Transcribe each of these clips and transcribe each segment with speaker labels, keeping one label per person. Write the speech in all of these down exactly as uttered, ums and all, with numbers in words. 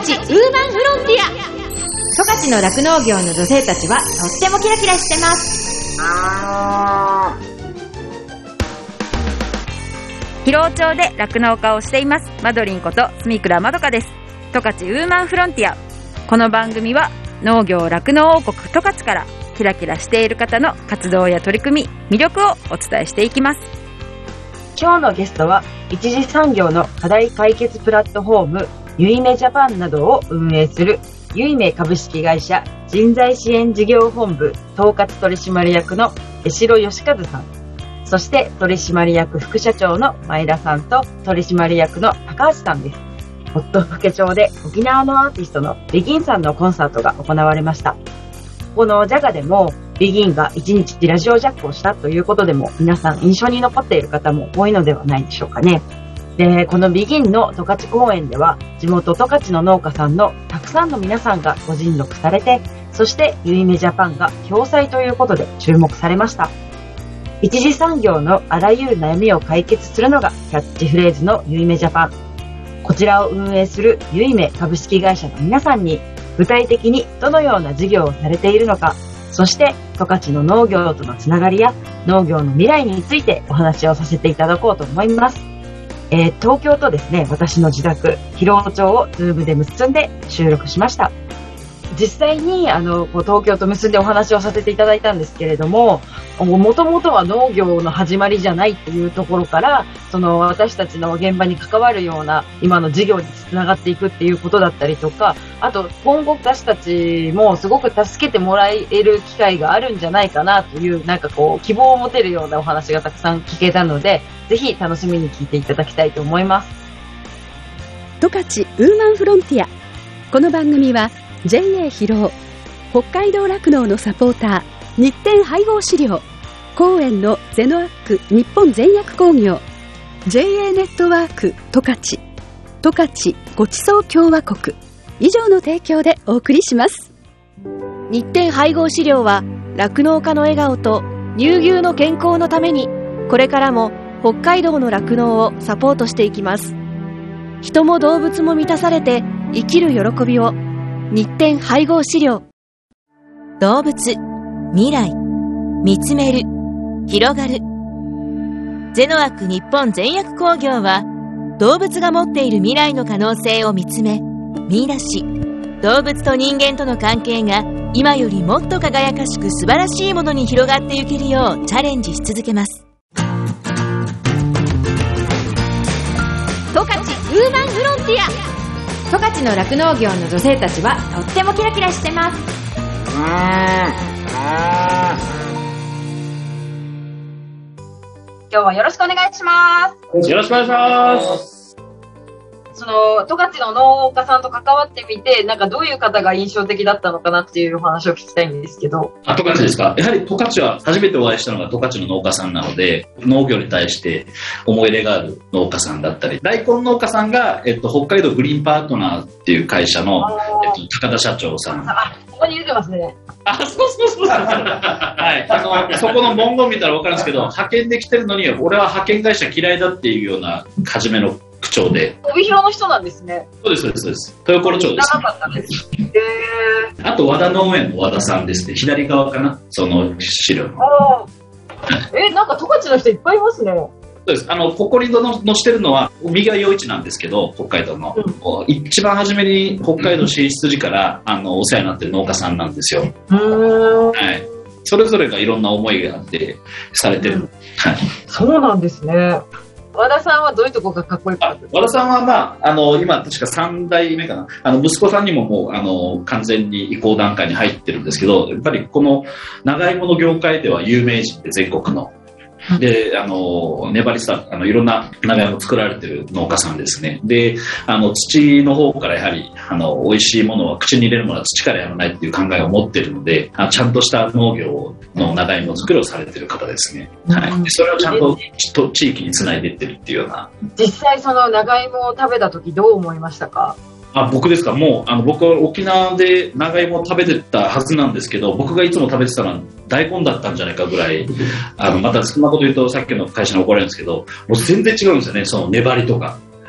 Speaker 1: ちウーマンフロンティア。十勝の酪農業の女性たちはとってもキラキラしてます。
Speaker 2: 広尾町で酪農家をしていますマドリンこと住倉まどかです。十勝ウーマンフロンティア。この番組は農業酪農王国十勝からキラキラしている方の活動や取り組み、魅力をお伝えしていきます。
Speaker 3: 今日のゲストは一次産業の課題解決プラットフォームゆいめジャパンなどを運営するゆいめ株式会社人材支援事業本部統括取締役の江代義和さん、そして取締役副社長の前田さんと取締役の高橋さんです。夫府町で沖縄のアーティストのビギンさんのコンサートが行われました。このジャガでもビギンがいちにちラジオジャックをしたということでも皆さん印象に残っている方も多いのではないでしょうかね。で、このビギンの十勝公園では地元十勝の農家さんのたくさんの皆さんがご尽力されて、そしてゆいめジャパンが共催ということで注目されました。一次産業のあらゆる悩みを解決するのがキャッチフレーズのゆいめジャパン。こちらを運営するゆいめ株式会社の皆さんに具体的にどのような事業をされているのか、そして十勝の農業とのつながりや農業の未来についてお話をさせていただこうと思います。えー、東京とですね、私の自宅広尾町をズームで結んで収録しました。実際にあのこう東京と結んでお話をさせていただいたんですけれども、もともとは農業の始まりじゃないっていうところから、その私たちの現場に関わるような今の事業につながっていくっていうことだったりとか、あと今後私たちもすごく助けてもらえる機会があるんじゃないかなという、なんかこう希望を持てるようなお話がたくさん聞けたので、ぜひ楽しみに聞いていただきたいと思います。
Speaker 4: 十勝ウーマンフロンティア。この番組は ジェイエー 広尾、北海道酪農のサポーター日展配合飼料、公園のゼノアック日本全薬工業、 ジェイエー ネットワーク十勝、十勝ごちそう共和国以上の提供でお送りします。
Speaker 5: 日展配合飼料は酪農家の笑顔と乳牛の健康のために、これからも北海道の酪農をサポートしていきます。人も動物も満たされて生きる喜びを。日展配合飼料。
Speaker 6: 動物、未来、見つめる、広がる。ゼノアック日本全薬工業は、動物が持っている未来の可能性を見つめ、見出し、動物と人間との関係が今よりもっと輝かしく素晴らしいものに広がっていけるようチャレンジし続けます。
Speaker 1: 十勝ウーマンフロンティア。十勝の酪農業の女性たちはとってもキラキラしてます。
Speaker 3: 今日はよろしくお願いします。
Speaker 7: よろしくお願いします。
Speaker 3: その十勝の農家さんと関わってみて、なんかどういう方が印象的だったのかなっていうお話を聞きたいんですけど。
Speaker 7: あ、十勝ですか。やはり十勝は初めてお会いしたのが十勝の農家さんなので、農業に対して思い入れがある農家さんだったり、大根農家さんが、えっと、北海道グリーンパートナーっていう会社の、えっと、高田社長さん。
Speaker 3: あ、ここに出てますね。
Speaker 7: あ、そうそうそうそう。はい。あの、そこの文言見たら分かるんですけど、派遣で来てるのに、俺は派遣会社嫌いだっていうような、初めの口調で。
Speaker 3: 帯広の人なんですね。
Speaker 7: そうです、そうです、そうです。豊頃町です、ね。
Speaker 3: 長かったです。へー。
Speaker 7: あと、和田農園の和田さんですね。左側かな、その資料の。
Speaker 3: あえ、なんか十勝の人いっぱいいますね。
Speaker 7: そうです。あの、ここにののしてるのは、右が陽一なんですけど、北海道の。うん、一番初めに北海道進出時から、あの、お世話になってる農家さんなんですよ。
Speaker 3: うーん。
Speaker 7: はい。それぞれがいろんな思いがあって、されてる。はい。
Speaker 3: そうなんですね。和田さんはどういうところがかっこよかったですか？
Speaker 7: 和田さんは、まあ、あの今確かさん代目かな、あの息子さんにももうあの完全に移行段階に入ってるんですけど、やっぱりこの長芋の業界では有名人で、全国ので、あの粘りさあのいろんな長芋作られてる農家さんですね。で、あの土の方からやはりあの美味しいものは口に入れるものは土からやらないっていう考えを持っているので、あちゃんとした農業の長芋作りをされてる方ですね。はい。でそれをちゃんと地域につないでいってるっていうような。
Speaker 3: 実際その長芋を食べた時どう思いましたか？
Speaker 7: あ、僕ですか。もうあの僕は沖縄で長芋を食べてたはずなんですけど、僕がいつも食べてたのは大根だったんじゃないかぐらい、あのまたそんなこと言うとさっきの会社に怒られるんですけど、もう全然違うんですよね、その粘りとか。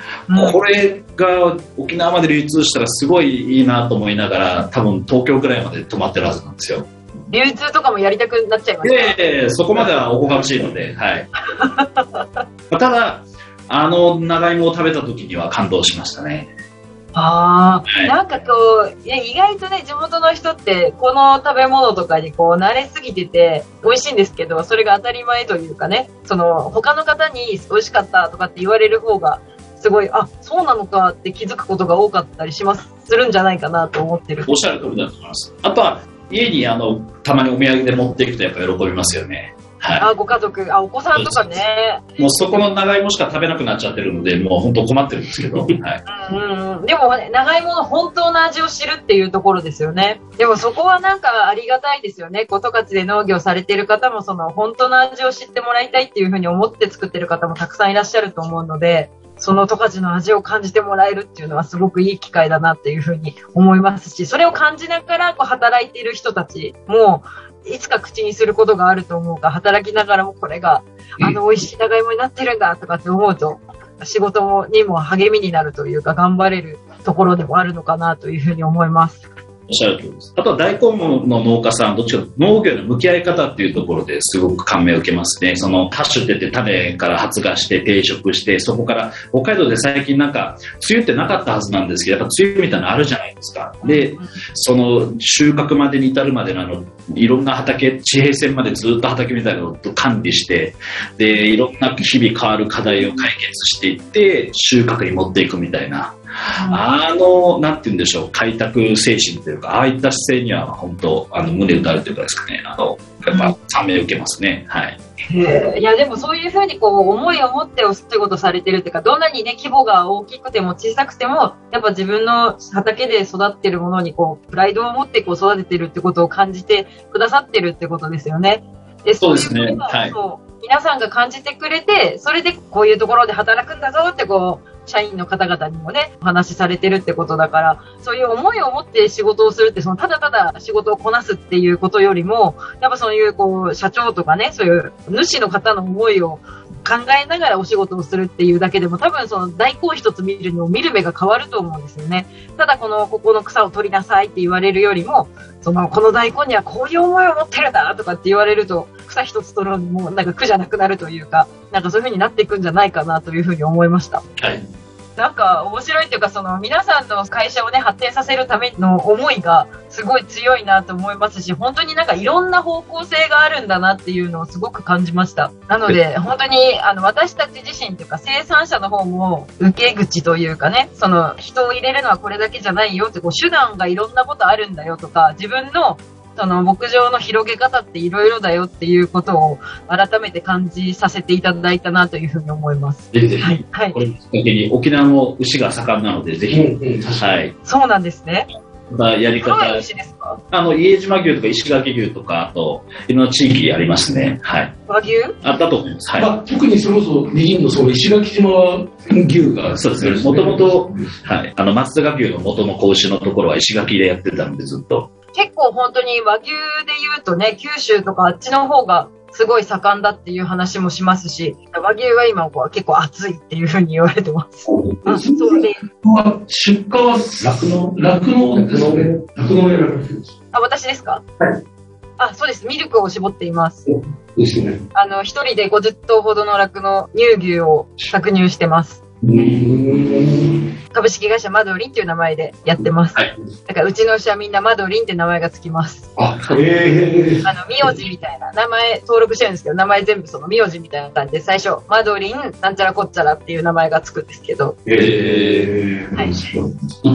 Speaker 7: うん、これが沖縄まで流通したらすごいいいなと思いながら、多分東京くらいまで止まってるはずなんですよ。
Speaker 3: 流通とかもやりたくなっちゃいますね。
Speaker 7: ええ、そこまではおこがましいので、はい。ただ、あの長芋を食べた時には感動しましたね。
Speaker 3: ああ、はい、なんかこう、いや意外とね、地元の人って、この食べ物とかにこう、慣れすぎてて、美味しいんですけど、それが当たり前というかね、その、他の方に美味しかったとかって言われる方が、すごい、あ、そうなのかって気づくことが多かったりします、するんじゃないかなと思ってる。
Speaker 7: おっしゃる通りだと思います。あとは、家にあの、たまにお土産で持っていくとやっぱ喜びますよね。はい、
Speaker 3: あ、ご家族、あ、お子さんとかね。
Speaker 7: もうそこの長芋しか食べなくなっちゃってるので、もう本当困ってるんですけど。はい、
Speaker 3: うんうん、でも、ね、長芋の本当の味を知るっていうところですよね。でもそこはなんかありがたいですよね。十勝で農業されてる方もその本当の味を知ってもらいたいっていうふうに思って作ってる方もたくさんいらっしゃると思うので、その十勝の味を感じてもらえるっていうのはすごくいい機会だなっていうふうに思いますし、それを感じながらこう働いている人たちも、いつか口にすることがあると思うから、働きながらもこれがあの美味しい長芋になってるんだとかって思うと、仕事もにも励みになるというか、頑張れるところでもあるのかなというふうに思います。
Speaker 7: おっしゃる通りです。あとは大根の農家さん、どっちか農業の向き合い方っていうところですごく感銘を受けますね。そのハッシュって言って種から発芽して定食して、そこから北海道で最近なんか梅雨ってなかったはずなんですけど、やっぱ梅雨みたいなのあるじゃないですか。で、その収穫までに至るまでのあのいろんな畑、地平線までずっと畑みたいなのを管理して、でいろんな日々変わる課題を解決していって収穫に持っていくみたいな。あの、なんて言うんでしょう、開拓精神というか、ああいった姿勢には本当、あの、胸打たれるというかですかね、あの、やっぱ感銘を受けますね。はい。
Speaker 3: いや、でもそういうふうにこう、思いを持ってお仕事されてるっていうか、どんなにね、規模が大きくても小さくても、やっぱ自分の畑で育ってるものにこう、プライドを持ってこう、育ててるってことを感じてくださってるってことですよね。で、
Speaker 7: そうですね。はい。
Speaker 3: 皆さんが感じてくれて、それでこういうところで働くんだぞってこう、社員の方々にもね、お話しされてるってことだから、そういう思いを持って仕事をするって、そのただただ仕事をこなすっていうことよりも、やっぱそういうこう、社長とかね、そういう主の方の思いを考えながらお仕事をするっていうだけでも、多分その大根一つ見るにも見る目が変わると思うんですよね。ただこの、ここの草を取りなさいって言われるよりも、その、この大根にはこういう思いを持ってるんだとかって言われると、草一つ取るのにもなんか苦じゃなくなるというか、なんかそういう風になっていくんじゃないかなという風に思いました。
Speaker 7: はい。
Speaker 3: なんか面白いっていうか、その皆さんの会社をね、発展させるための思いがすごい強いなと思いますし、本当になんかいろんな方向性があるんだなっていうのをすごく感じました。なので、本当にあの私たち自身というか生産者の方も受け口というかね、その人を入れるのはこれだけじゃないよって、こう手段がいろんなことあるんだよとか、自分のその牧場の広げ方っていろいろだよっていうことを改めて感じさせていただいたなというふうに思います。
Speaker 7: ぜひぜひ、はい、はい、これきっかけに沖縄も牛が盛んなのでぜひ、うんうん、はい、
Speaker 3: そうなんですね。
Speaker 7: まあ、やり方、
Speaker 3: 牛ですか？
Speaker 7: あの伊江島牛とか石垣牛とか、あといろんな地域ありますね。はい。
Speaker 3: 和牛？
Speaker 7: あだと思います。はい。
Speaker 8: まあ、特にそれこそ右のその石垣島牛が
Speaker 7: そうですね。もともとはいあの松坂牛の元の子牛のところは石垣でやってたのでずっと。
Speaker 3: 結構本当に和牛で言うとね、九州とかあっちの方がすごい盛んだっていう話もしますし、和牛は今こう結構熱いっていうふうに言われてます。あ、そうで。
Speaker 8: 出荷は酪農、酪農ですね。酪農やられてるんです。
Speaker 3: あ、私ですか？
Speaker 8: はい。
Speaker 3: あ、そうです。ミルクを絞っています。
Speaker 8: ですね。
Speaker 3: あの、一人でごじゅっとうほどの酪農、乳牛を搾乳してます。うーん、株式会社マドリンっていう名前でやってます。はい。だからうちの牛はみんなマドリンって名前がつきます。
Speaker 8: あ、へー。
Speaker 3: あの、名字みたいな名前登録してるんですけど、名前全部その名字みたいな感じで、最初、マドリンなんちゃらこっちゃらっていう名前がつくんですけど。
Speaker 8: へー。
Speaker 3: はい。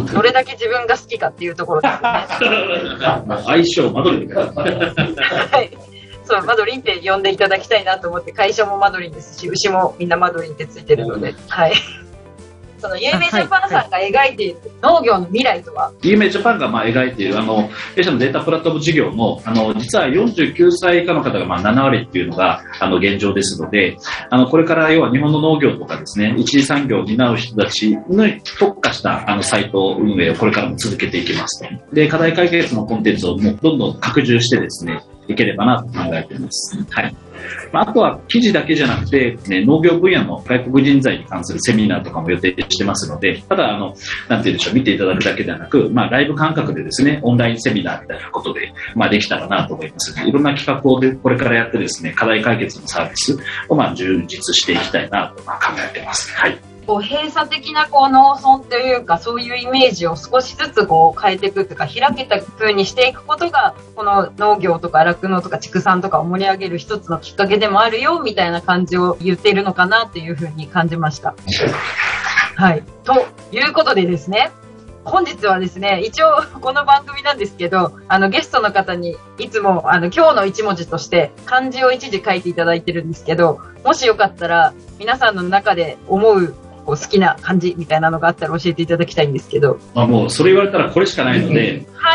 Speaker 3: どれだけ自分が好きかっていうところですよね。
Speaker 7: 相性マドリンで。
Speaker 3: はい。そう、マドリンって呼んでいただきたいなと思って、会社もマドリンですし、牛もみんなマドリンってついてるので、はい。その、有名ジャパンさんが描いている農業の未来とは？
Speaker 7: 有名ジャパンがまあ描いている、あの、弊社のデータプラットフォーム事業も、あの、実はよんじゅうきゅうさい以下の方がまあななわりっていうのが、あの、現状ですので、あの、これから要は日本の農業とかですね、一次産業を担う人たちに特化した、あの、サイト運営をこれからも続けていきます。で、課題解決のコンテンツをもうどんどん拡充してですね、 いければなと考えています。はい。まあ、あとは記事だけじゃなくて、ね、農業分野の外国人材に関するセミナーとかも予定してますので、ただあのなんて言うんでしょう、見ていただくだけではなく、まあ、ライブ感覚でですね、オンラインセミナーみたいなことで、まあ、できたらなと思います。いろんな企画をでこれからやってですね、課題解決のサービスをまあ充実していきたいなとまあ考えています。はい。
Speaker 3: こう閉鎖的なこう農村というか、そういうイメージを少しずつこう変えていくというか、開けた風にしていくことが、この農業とか酪農とか畜産とかを盛り上げる一つのきっかけでもあるよみたいな感じを言っているのかなというふうに感じました。はい。ということでですね、本日はですね、一応この番組なんですけど、あのゲストの方にいつもあの今日の一文字として漢字を一字書いていただいてるんですけど、もしよかったら皆さんの中で思うこう好きな漢字みたいなのがあったら教えていただきたいんですけど。
Speaker 7: まあ、もうそれ言われたらこれしかないので、
Speaker 3: はい。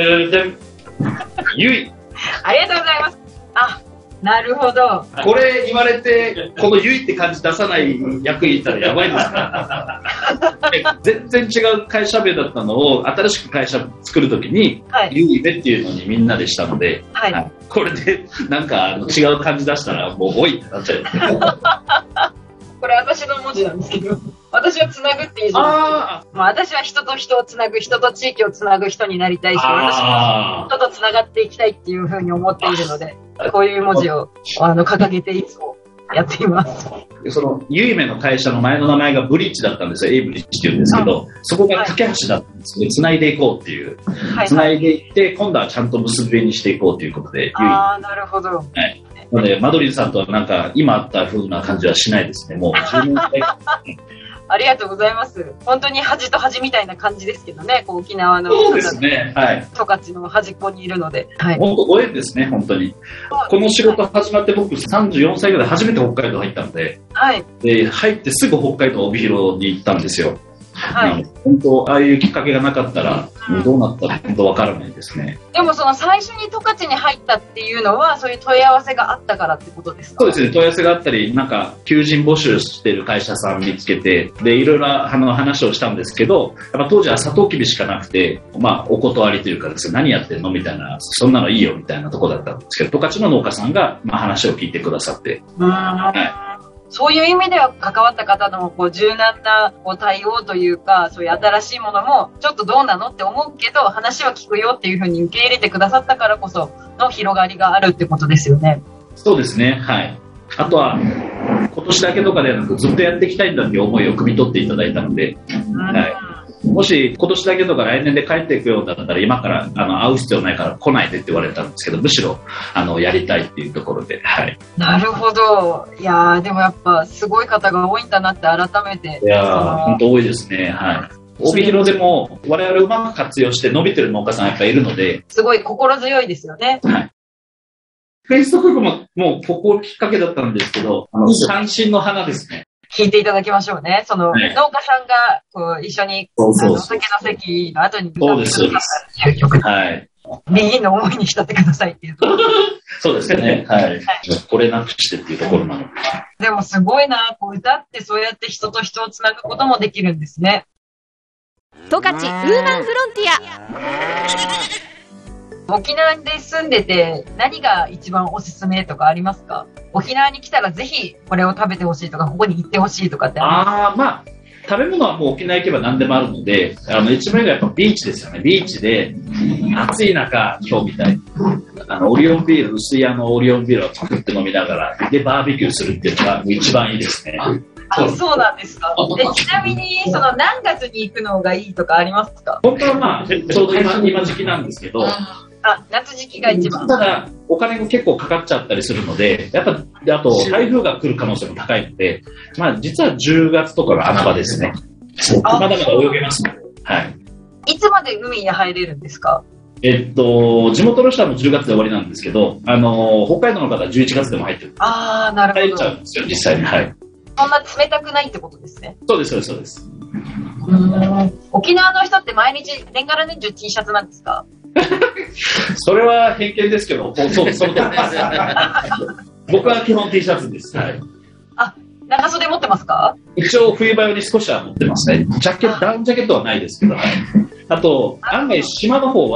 Speaker 7: ゆい。
Speaker 3: ありがとうございます。あ、なるほど。
Speaker 7: これ言われて、このゆいって漢字出さない役員いたらやばいですから全然違う会社名だったのを新しく会社作るときに、はい、ゆいべっていうのにみんなでしたので、はいはい、これでなんかあの違う漢字出したらもうおいってなっちゃう
Speaker 3: これ私の文字なんですけど、私はつなぐっていう字なんですけど、まあ、私は人と人をつなぐ、人と地域をつなぐ人になりたいし、私も人とつながっていきたいっていうふうに思っているので、こういう文字をあの掲げていつもやっています。
Speaker 7: そのゆいめの会社の前の名前がブリッジだったんですよ。エイブリッジっていうんですけど、そこが架け橋だったんですよね。つないでいこうっていう、はい、つないでいって今度はちゃんと結びにしていこうということで、
Speaker 3: ああ、なるほど。はい。
Speaker 7: なのでマドリンさんとはなんか今あった風な感じはしないですね。もうじゅうねんかん
Speaker 3: ありがとうございます。本当に端と端みたいな感じですけどね、こう沖縄の
Speaker 7: そうですね、はい。
Speaker 3: 十勝の端っこにいるので、はい、
Speaker 7: 本当ご縁ですね、本当に。この仕事始まって僕さんじゅうよんさいぐらい初めて北海道入ったので、はい、で入ってすぐ北海道帯広に行ったんですよ。はい、本当ああいうきっかけがなかったらどうなったら本当わからないですね。
Speaker 3: でもその最初に十勝に入ったっていうのはそういう問い合わせがあったからってことですか？
Speaker 7: そうですね、問い合わせがあったりなんか求人募集してる会社さん見つけてでいろいろあの話をしたんですけど、やっぱ当時はサトウキビしかなくて、まあ、お断りというかですね、何やってんのみたいな、そんなのいいよみたいなところだったんですけど、十勝の農家さんが、まあ、話を聞いてくださって、はい
Speaker 3: そういう意味では関わった方のこう柔軟なこう対応というか、そういう新しいものもちょっとどうなのって思うけど、話は聞くよっていうふうに受け入れてくださったからこその広がりがあるってことですよね。
Speaker 7: そうですね。はい。あとは今年だけとかではなくずっとやっていきたいんだっていう思いを汲み取っていただいたので、はい。もし今年だけとか来年で帰っていくようだったら今からあの会う必要ないから来ないでって言われたんですけど、むしろあのやりたいっていうところで、はい、
Speaker 3: なるほど。いやーでもやっぱすごい方が多いんだなって改めて。
Speaker 7: いやー本当多いですね。はい。帯広でも我々うまく活用して伸びてる農家さんやっぱいるので、
Speaker 3: すごい心強いですよね。はい。
Speaker 7: フェイストクももうここきっかけだったんですけど、あの三振の花ですね。
Speaker 3: 聞いていただきましょうね。その、はい、農家さんがこう一緒にそうそうそうあの酒の席の後に歌ってくださったっていう曲で、はい、右の思いに浸ってくださいっていう
Speaker 7: そうですね、はい、はい、これなくしてっていうところなので、
Speaker 3: でもすごいな、こう歌ってそうやって人と人をつなぐこともできるんですね。
Speaker 1: 十勝ウーマンフロンティア。
Speaker 3: 沖縄で住んでて何が一番おすすめとかありますか？沖縄に来たらぜひこれを食べてほしいとかここに行ってほしいとかってありますか？
Speaker 7: ああ、まあ食べ物はもう沖縄行けば何でもあるので、あの一番いいのはやっぱビーチですよね。ビーチで暑い中今日みたいあのオリオンビール薄いあのオリオンビールを作って飲みながらでバーベキューするっていうのが一番いいですね。
Speaker 3: あ、そうなんですか。でちなみにその何月に行くのがいいとかありますか？
Speaker 7: 本当はまあちょうど 今, 今時期なんですけど。
Speaker 3: あ、夏時期が一番。
Speaker 7: ただお金も結構かかっちゃったりするので、やっぱあと台風が来る可能性も高いので、まあ実はじゅうがつとかが穴場ですね。まだまだ泳げますので、はい。
Speaker 3: いつまで海に入れるんですか？
Speaker 7: えっと地元の人はもうじゅうがつで終わりなんですけど、あの北海道の方はじゅういちがつでも入ってる。
Speaker 3: ああ、なるほど。
Speaker 7: 入っちゃうんですよ実際に。はい。
Speaker 3: そんな冷たくないってことですね。
Speaker 7: そうですそうですそうです。
Speaker 3: うん沖縄の人って毎日年がら年中 T シャツなんですか？
Speaker 7: それは偏見ですけど、そうそうです。僕は基本 T シャツです。はい。
Speaker 3: あ、長袖持ってますか？
Speaker 7: 一応冬場より少しは持ってますね。ジャケット、ダウンジャケットはないですけど、はい。あと案外島の方は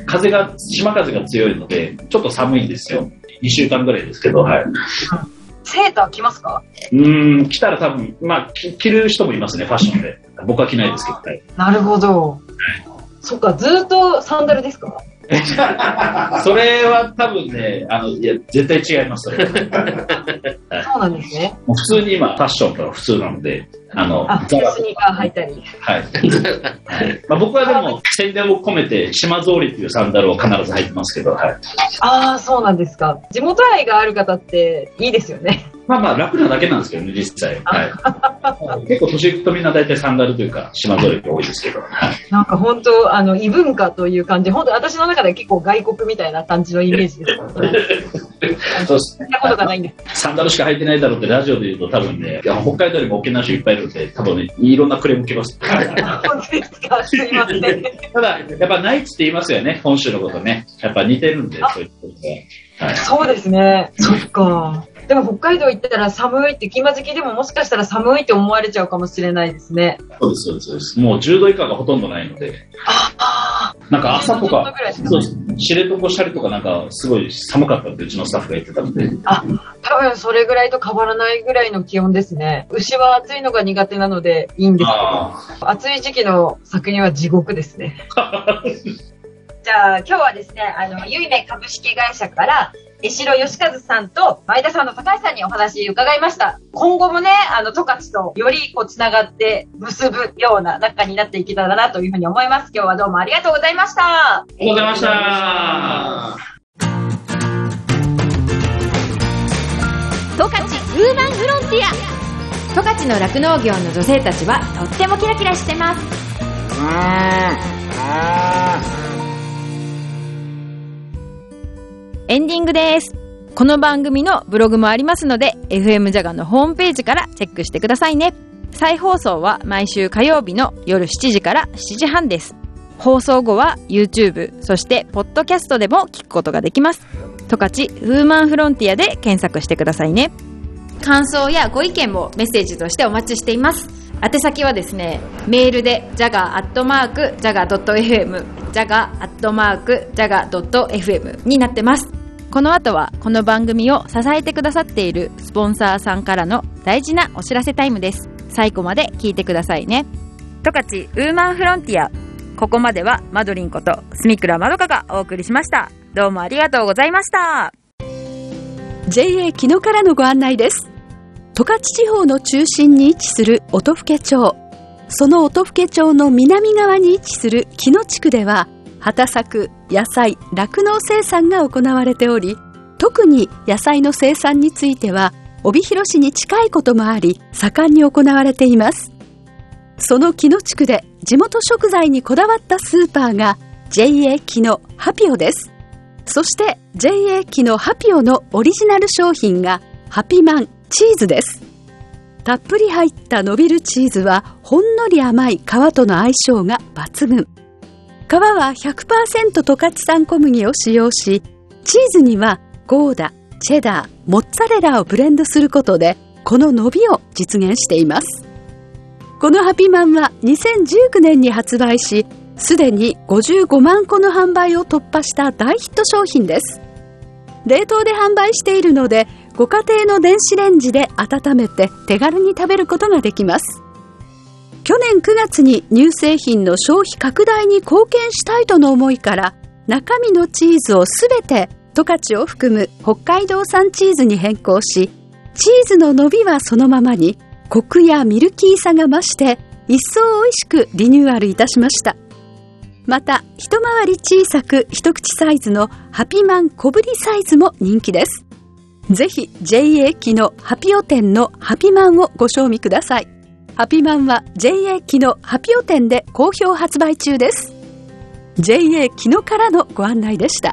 Speaker 7: 風が、島風が強いので、ちょっと寒いんですよ。にしゅうかんぐらいですけど、はい。
Speaker 3: セーター着ますか？
Speaker 7: うーん、着たら多分、まあ、着る人もいますね、ファッションで。僕は着ないですけど、はい。
Speaker 3: なるほど。そっか、ずっとサンダルですか？
Speaker 7: それは多分ね、あの、いや、絶対違います、それは。
Speaker 3: そうなんですね。
Speaker 7: もう普通に今、ファッションが普通なので、あの、
Speaker 3: あ、スニーカー履いたり。
Speaker 7: はい。はいまあ、僕はでも、宣伝を込めて、島草履っていうサンダルを必ず履いてますけど、はい。
Speaker 3: ああ、そうなんですか。地元愛がある方っていいですよね。
Speaker 7: まあまあ、楽なだけなんですけどね、実際。はい。結構、年行くとみんな大体サンダルというか、島草履が多いですけど、はい。
Speaker 3: なんか本当、あの、異文化という感じ、本当私の中で結構外国みたいな感じのイメージです。
Speaker 7: そうです
Speaker 3: そんなことがないんです。
Speaker 7: サンダルしか履いてないだろうってラジオで言うと多分ね、いや北海道にも沖縄市いっぱいいるんで、多分ね、いろんなクレーム来ます。
Speaker 3: 本当ですか？すいません。
Speaker 7: ただ、やっぱナイツって言いますよね、本州のことね。やっぱ似てるんで、そういうことで。はい、
Speaker 3: そうですね。そっか。でも北海道行ったら寒いって、今時期でももしかしたら寒いって思われちゃうかもしれないですね。
Speaker 7: そうです、そうです、そうです。もうじゅうど以下がほとんどないので。
Speaker 3: あ
Speaker 7: なんか朝とか、そうです。知床シャリとかなんかすごい寒かったってうちのスタッフが言ってたので。
Speaker 3: あ、多分それぐらいと変わらないぐらいの気温ですね。牛は暑いのが苦手なのでいいんですけど、暑い時期の搾乳は地獄ですね。じゃあ今日はですね、あの、ゆいめ株式会社から、江代義和さんと前田さんの高橋さんにお話伺いました。今後もね、あの、十勝とよりこうつながって結ぶような仲になっていけたらなというふうに思います。今日はどうもありがとうございました。
Speaker 7: ありがとうございました。
Speaker 1: 十勝ウーマンフロンティア。十勝の酪農業の女性たちはとってもキラキラしてます。
Speaker 2: エンディングです。この番組のブログもありますので エフエム ジャガのホームページからチェックしてくださいね。再放送は毎週火曜日の夜しちじからしちじはんです。放送後は YouTube そしてポッドキャストでも聞くことができます。十勝ウーマンフロンティアで検索してくださいね。
Speaker 1: 感想やご意見もメッセージとしてお待ちしています。宛先はですね、メールで ジャガ アットマーク ジャガ ドット エフエム ジャガ アットマーク ジャガ ドット エフエム になってます。
Speaker 2: この後はこの番組を支えてくださっているスポンサーさんからの大事なお知らせタイムです。最後まで聞いてくださいね。十勝ウーマンフロンティア、ここまではマドリンこと住倉まどかがお送りしました。どうもありがとうございました。
Speaker 4: ジェイエー 木野からのご案内です。十勝地方の中心に位置する音更町、その音更町の南側に位置する木野地区では畑作、野菜、酪農生産が行われており、特に野菜の生産については帯広市に近いこともあり盛んに行われています。その木野地区で地元食材にこだわったスーパーが ジェイエー 木野ハピオです。そして ジェイエー 木野ハピオのオリジナル商品がハピマンチーズです。たっぷり入った伸びるチーズはほんのり甘い皮との相性が抜群。皮は ひゃくパーセント 十勝産小麦を使用し、チーズにはゴーダ、チェダー、モッツァレラをブレンドすることでこの伸びを実現しています。このハピマンはにせんじゅうきゅうねんに発売し、すでにごじゅうごまんこの販売を突破した大ヒット商品です。冷凍で販売しているので、ご家庭の電子レンジで温めて手軽に食べることができます。去年くがつに乳製品の消費拡大に貢献したいとの思いから、中身のチーズをすべて十勝を含む北海道産チーズに変更し、チーズの伸びはそのままに、コクやミルキーさが増して一層美味しくリニューアルいたしました。また一回り小さく一口サイズのハピマン小ぶりサイズも人気です。ぜひ ジェイエー 木野ハピオ店のハピマンをご賞味ください。ハピマンは ジェイエー 木野ハピオ店で好評発売中です。 ジェイエー 木野からのご案内でした。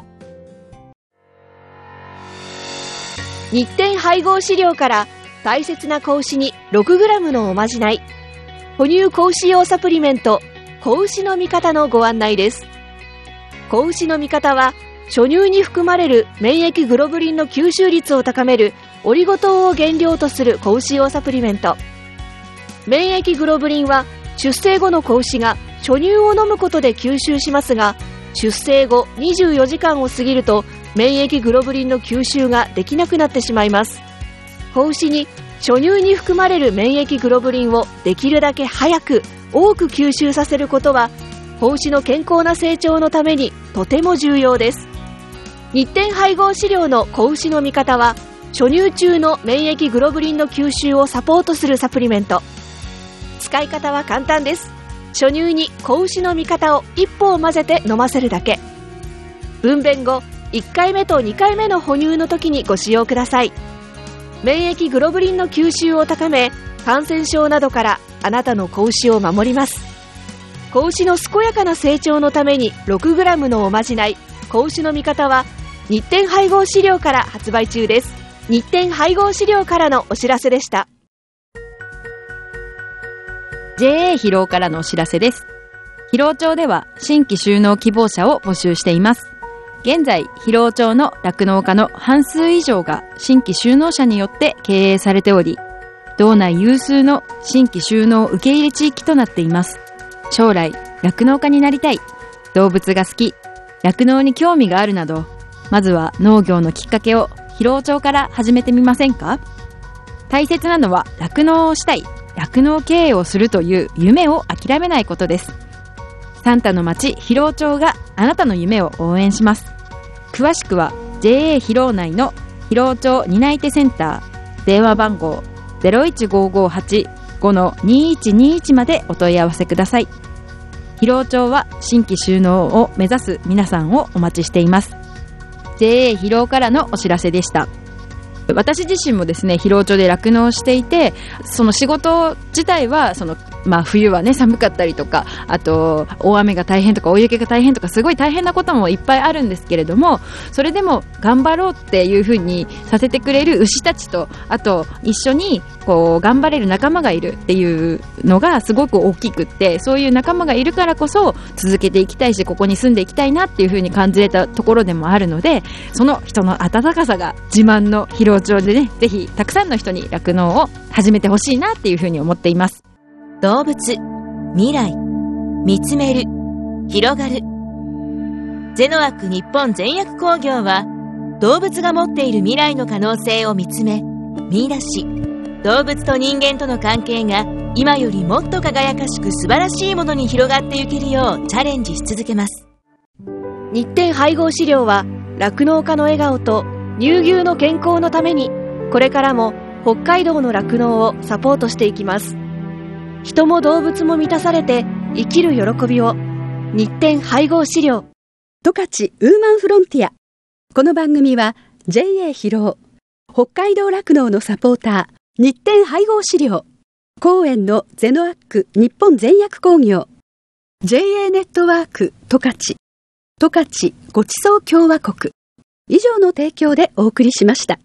Speaker 5: 日展配合飼料から大切な子牛に ろくグラム のおまじない、哺乳子牛用サプリメント子牛の味方のご案内です。子牛の味方は初乳に含まれる免疫グロブリンの吸収率を高めるオリゴ糖を原料とする子牛用サプリメント。免疫グロブリンは出生後の子牛が初乳を飲むことで吸収しますが、 出生後にじゅうよじかんを過ぎると免疫グロブリンの吸収ができなくなってしまいます。子牛に初乳に含まれる免疫グロブリンをできるだけ早く多く吸収させることは子牛の健康な成長のためにとても重要です。日展配合飼料の子牛の味方は初乳中の免疫グロブリンの吸収をサポートするサプリメント。使い方は簡単です。初乳に子牛の味方をいっぽを混ぜて飲ませるだけ。分娩後いっかいめとにかいめの哺乳の時にご使用ください。免疫グロブリンの吸収を高め、感染症などからあなたの子牛を守ります。子牛の健やかな成長のために ろくグラム のおまじない子牛の味方は日展配合飼料から発売中です。日展配合飼料からのお知らせでした。
Speaker 2: ジェーエー 疲労からのお知らせです。疲労町では新規就農希望者を募集しています。現在、疲労町の酪農家の半数以上が新規就農者によって経営されており、道内有数の新規就農受け入れ地域となっています。将来、酪農家になりたい、動物が好き、酪農に興味があるなど、まずは農業のきっかけを疲労町から始めてみませんか？大切なのは酪農をしたい、酪農経営をするという夢を諦めないことです。サンタの町疲労町があなたの夢を応援します。詳しくは ジェーエー 疲労内の疲労町担い手センター、電話番号 ゼロいちごーごーはち ごのにいちにいち までお問い合わせください。疲労町は新規就農を目指す皆さんをお待ちしています。 ジェーエー 疲労からのお知らせでした。私自身もですね、疲労町で酪農していて、その仕事自体はその、まあ、冬はね寒かったりとか、あと大雨が大変とか大雪が大変とか、すごい大変なこともいっぱいあるんですけれども、それでも頑張ろうっていう風にさせてくれる牛たちと、あと一緒にこう頑張れる仲間がいるっていうのがすごく大きくって、そういう仲間がいるからこそ続けていきたいし、ここに住んでいきたいなっていう風に感じれたところでもあるので、その人の温かさが自慢の疲労町でね、ぜひたくさんの人に酪農を始めてほしいなっていう風に思っています。
Speaker 6: 動物、未来、見つめる、広がる。ゼノアック日本全薬工業は、動物が持っている未来の可能性を見つめ、見出し、動物と人間との関係が今よりもっと輝かしく素晴らしいものに広がっていけるようチャレンジし続けます。
Speaker 5: 日展配合飼料は酪農家の笑顔と乳牛の健康のために、これからも北海道の酪農をサポートしていきます。人も動物も満たされて生きる喜びを。日展配合飼料。
Speaker 4: 十勝ウーマンフロンティア。この番組は ジェーエー 疲労、北海道酪農のサポーター日展配合飼料、公園のゼノアック日本全薬工業、 ジェーエー ネットワーク十勝、十勝ごちそう共和国以上の提供でお送りしました。